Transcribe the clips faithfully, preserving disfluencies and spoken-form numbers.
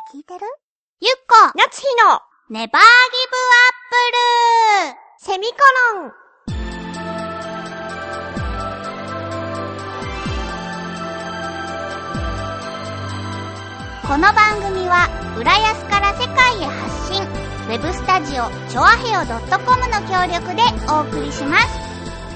聞いてる？ゆっこ夏日のネバーギブアップルセミコロン。 この番組は浦安から世界へ発信、ウェブスタジオチョアヘオ .com の協力でお送りします。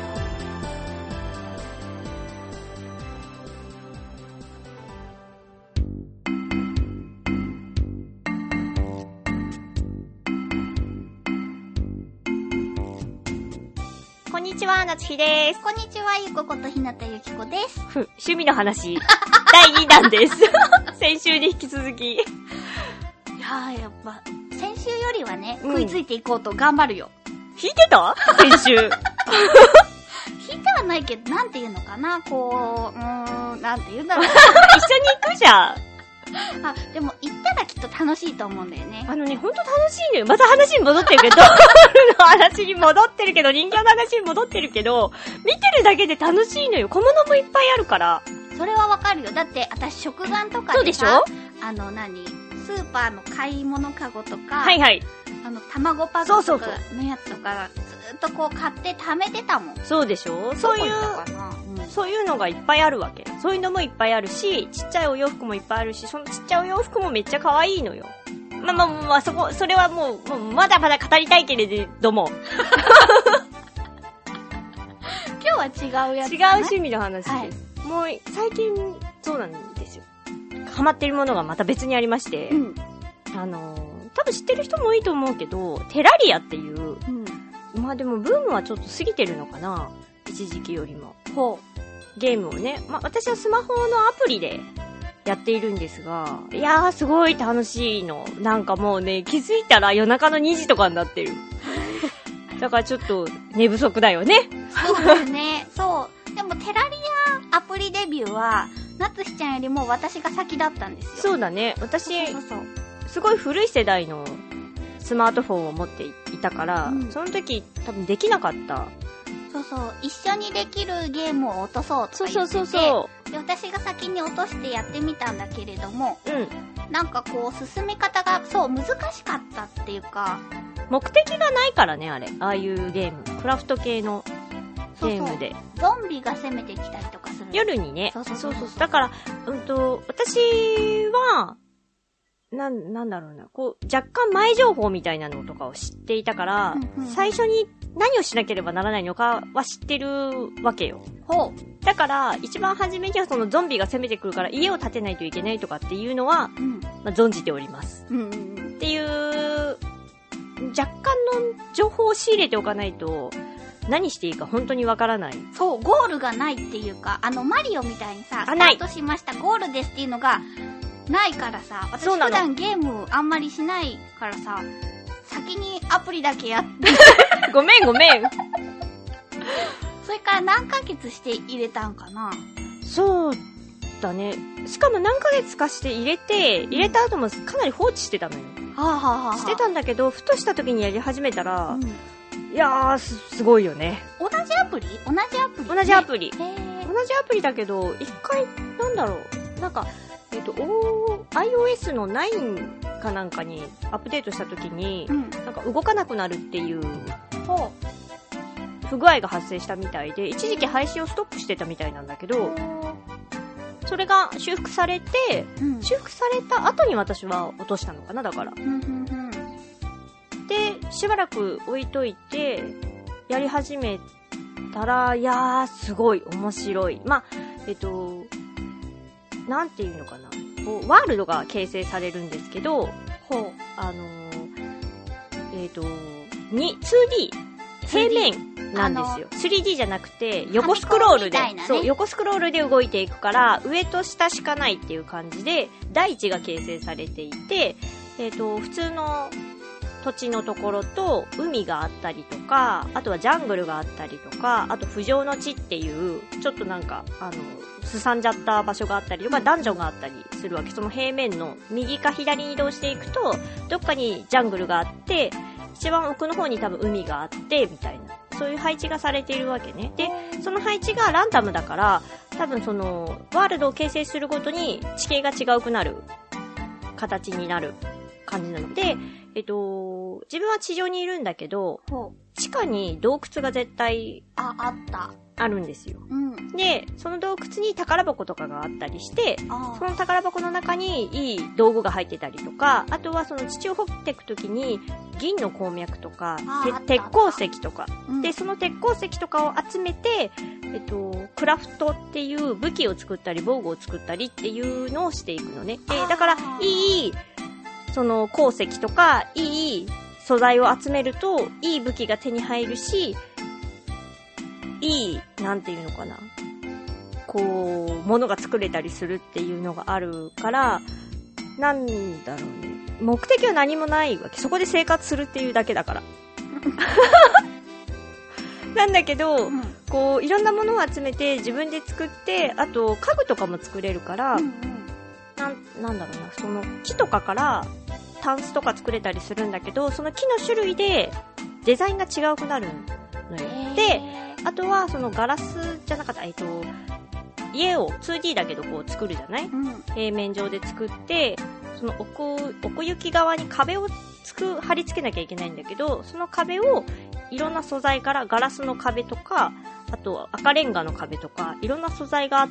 こんにちは、夏日です。 こんにちは、ゆこことひなたゆきこです。 ふ、趣味の話だいに弾です。先週に引き続き。いやー、やっぱ先週よりはね、 うん、 食いついていこうと頑張るよ。 弾いてた？先週。弾いてはないけど、なんていうのかな、こう、うーん、なんて言うんだろう。 一緒に行くじゃん。 あ、でも行ったらきっと楽しいと思うんだよね。 あのね、ほんと楽しいのよ。また話に戻ってるけど、ドールの話に戻ってるけど、人形の話に戻ってるけど、見てるだけで楽しいのよ。小物もいっぱいあるから。 それはわかるよ。だって、私、食玩とかでさ、 そうでしょ？あの、何？スーパーの買い物カゴとか、 はいはい。 あの、卵パックとかのやつとか、ずっとこう買って貯めてたもん。 そうでしょ？そういう、うん、そういうのがいっぱいあるわけ。そういうのもいっぱいあるし、ちっちゃいお洋服もいっぱいあるし、そのちっちゃいお洋服もめっちゃ可愛いのよ。まあまあまあ、そこ、それはもう、もうまだまだ語りたいけれども。 今日は違うやつ、ね、 違う趣味の話です。はい、もう、最近、そうなんですよ。ハマってるものがまた別にありまして、うん、あのー、多分知ってる人も多いと思うけど、テラリアっていう、うん、まあでもブームはちょっと過ぎてるのかな、一時期よりも。ほう。ゲームをね、まあ私はスマホのアプリでやっているんですが、いやーすごい楽しいの。なんかもうね、気づいたら夜中のにじとかになってる。だからちょっと寝不足だよね。 そうだよね。そう。でもテラリアアプリデビューは、夏日ちゃんよりも私が先だったんですよ。 そうだね。私、そうそうそう、すごい古い世代のスマートフォンを持っていたから、うん、その時多分できなかった。 そうそう、一緒にできるゲームを落とそうとか言ってて、そうそうそうそう。で、私が先に落としてやってみたんだけれども、うん、なんかこう進み方がそう難しかったっていうか、 目的がないからね、あれ。ああいうゲーム、クラフト系のゲームで。 そうそう、ゾンビが攻めてきたりとかする。 夜にね。 そうそうそうそう。 だから、うんと、私は、なん、なんだろうな、こう、若干前情報みたいなのとかを知っていたから、うんうん、最初に何をしなければならないのかは知ってるわけよ。ほう。だから、一番初めにはそのゾンビが攻めてくるから家を建てないといけないとかっていうのは、うん、まあ、存じております。うんうんうん、っていう、若干の情報を仕入れておかないと、何していいか本当にわからない。 そう、ゴールがないっていうか、あの、マリオみたいにさ、スタートしました、ゴールですっていうのが、ないからさ、私普段ゲームあんまりしないからさ、先にアプリだけやって。 ごめんごめん。 それから何ヶ月して入れたんかな？ そうだね。しかも何ヶ月かして入れて、入れた後もかなり放置してたのよ。はあはあはあ、してたんだけど、ふとした時にやり始めたら、うん、いやーす、すごいよね。 同じアプリ？同じアプリ、ね？ 同じアプリ。同じアプリだけど、一回、なんだろう、なんか、えっと、おー、iOS のナインかなんかにアップデートした時に、うん、なんか動かなくなるっていう、不具合が発生したみたいで、一時期配信をストップしてたみたいなんだけど、それが修復されて、うん、修復された後に私は落としたのかな、だから。うんうんうん、で、しばらく置いといて、やり始めたら、いやー、すごい面白い。まあ、えっと、なんていうのかな。こう、ワールドが形成されるんですけど、ほう、あのー、えっと、に、ツーディー、平面なんですよ。スリーディー じゃなくて、横スクロールで、ね、そう、横スクロールで動いていくから、上と下しかないっていう感じで、大地が形成されていて、えっと、普通の土地のところと、海があったりとか、あとはジャングルがあったりとか、あと浮上の地っていう、ちょっとなんか、あの、すさんじゃった場所があったりとか、ダンジョンがあったりするわけ。その平面の右か左に移動していくと、どっかにジャングルがあって、一番奥の方に多分海があって、みたいな。そういう配置がされているわけね。で、その配置がランダムだから、多分その、ワールドを形成するごとに地形が違うくなる。 形になる感じなので、えっと、自分は地上にいるんだけど、地下に洞窟が絶対、 あ、あった。 あるんですよ。 うん。 で、その洞窟に宝箱とかがあったりして、その宝箱の中にいい道具が入ってたりとか、あとはその土を掘っていくときに、銀の鉱脈とか、鉄鉱石とか、うん、で、その鉄鉱石とかを集めて、えっと、クラフトっていう武器を作ったり、防具を作ったりっていうのをしていくのね。で、だから、いい、その鉱石とか、いい素材を集めると、いい武器が手に入るし、いい、なんていうのかな。こう、物が作れたりするっていうのがあるから、なんだろうね。目的は何もないわけ。そこで生活するっていうだけだから。なんだけど、うん、こう、いろんなものを集めて自分で作って、あと家具とかも作れるから、うんうん、なん、なんだろうな、その木とかからタンスとか作れたりするんだけど、その木の種類でデザインが違うくなるのよ。で、あとはそのガラスじゃなかった、えっと、家を ツーディー だけどこう作るじゃない、うん、平面上で作って、その奥、奥行き側に壁をつく、貼り付けなきゃいけないんだけど、その壁をいろんな素材からガラスの壁とか、あとは赤レンガの壁とか、いろんな素材があって、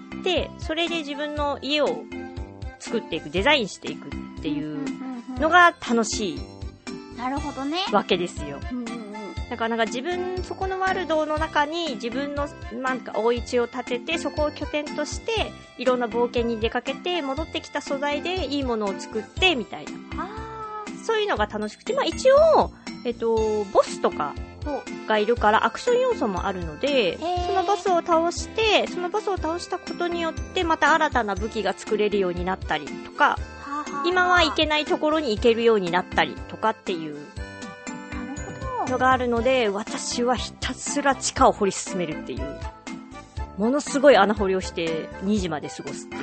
それで自分の家を作っていく、デザインしていくっていうのが楽しい。 なるほどね。 わけですよ。うんうんうん、だからなんか自分、そこのワールドの中に自分のなんかお家を建てて、そこを拠点として、いろんな冒険に出かけて、戻ってきた素材でいいものを作って、みたいな。あそういうのが楽しくて、まあ一応、えっと、ボスとかがいるからアクション要素もあるので、そのボスを倒して、そのボスを倒したことによって、また新たな武器が作れるようになったりとか、今は行けないところに行けるようになったりとかっていうのがあるので、私はひたすら地下を掘り進めるっていう、ものすごい穴掘りをしてにじまで過ごすっていう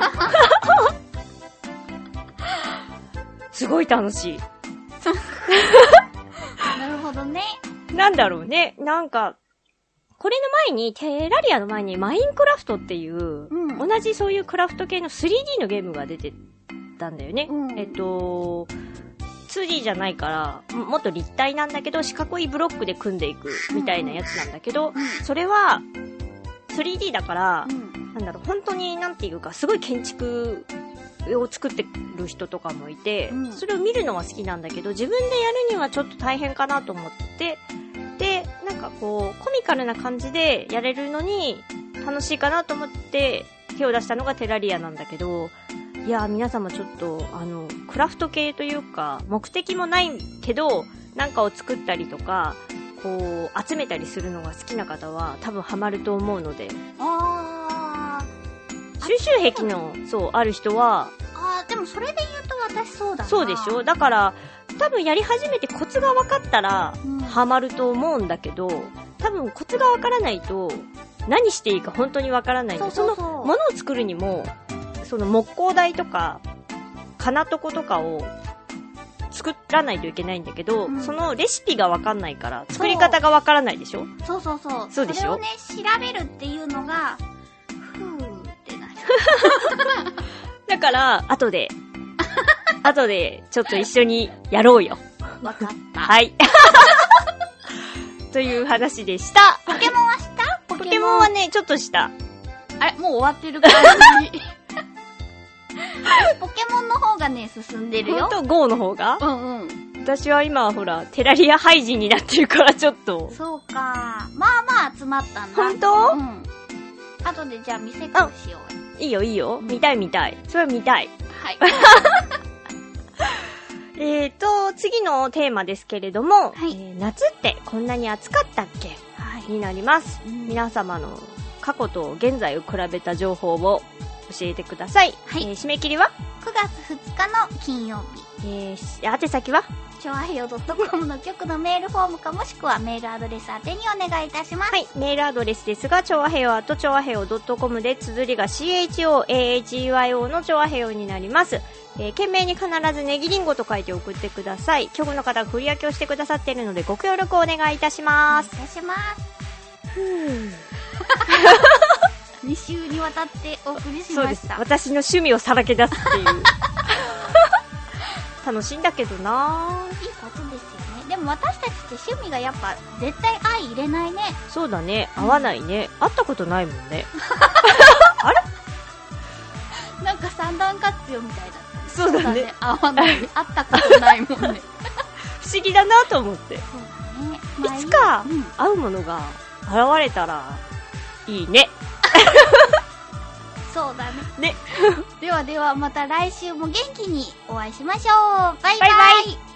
すごい楽しいなるほどね。 なんだろうね、なんかこれの前に、テラリアの前にマインクラフトっていう、うん、同じそういうクラフト系の スリーディー のゲームが出てたんだよね、うん、えっとツーディー じゃないからもっと立体なんだけど四角いブロックで組んでいくみたいなやつなんだけど、うん、それは スリーディー だから、うん、なんだろう、本当になんていうかすごい建築を作ってる人とかもいて、うん、それを見るのは好きなんだけど、自分でやるにはちょっと大変かなと思って、でなんかこうコミカルな感じでやれるのに楽しいかなと思って手を出したのがテラリアなんだけど、いやー皆様ちょっとあのクラフト系というか目的もないけどなんかを作ったりとかこう集めたりするのが好きな方は多分ハマると思うので、 あー収集癖のそうある人は、 あーでもそれで言うと私そうだな。 そうでしょ。だから多分やり始めてコツが分かったら、うん、ハマると思うんだけど、多分コツが分からないと何していいか本当に分からないんで、そのものを作るにもその木工台とか金床とかを作らないといけないんだけど、うん、そのレシピが分かんないから作り方が分からないでしょ。 そうそうそう。 そうでしょ。 それをね調べるっていうのがふーってなるだから後で後でちょっと一緒にやろうよ。 わかった。 はいという話でした。 ポケモンはしたポケモン？ポケモンはねちょっとした。 あれもう終わってる感じポケモンの方がね進んでるよ。 ほんと ゴー の方が？ うんうん。 私は今ほらテラリア廃人になってるからちょっと。 そうか。まあまあ集まったんだ。 ほんと？ うん。後でじゃあ見せ方しよう。いいよいいよ。見たい見たい。それは見たい。 はい。 えーと次のテーマですけれども、 はい、 えー、夏ってこんなに暑かったっけ、はい、になります、うん、皆様の過去と現在を比べた情報を教えてください、 はい、 えー、締め切りはくがつふつかの金曜日、 えー、宛先はちょあへよ .com の局のメールフォームかもしくはメールアドレス宛てにお願いいたします。 はい、メールアドレスですが、ちょあへよ at ちょあへよ .com で綴りが シーエイチオーエーエイチイーワイオー のちょあへよになります。えー、懸命に必ずネギリンゴと書いて送ってください。局の方が振り分けをしてくださっているのでご協力お願いいたします。 お願いいたします。ふぅに週にわたってお送りしました。 そうです。私の趣味をさらけ出すっていう楽しいんだけどな。 いいことですよね。でも私たちって趣味がやっぱ絶対相入れないね。 そうだね、合わないね、うん、会ったことないもんね。あれなんか三段活用みたいだった。 そうだね、 合わない、会ったことないもんね。 不思議だなと思って。 そうだね、まあ、 いつか会うものが現れたらいいね。 そうだね。 ね。 ではではまた来週も元気にお会いしましょう。バイバイ。バイバイ。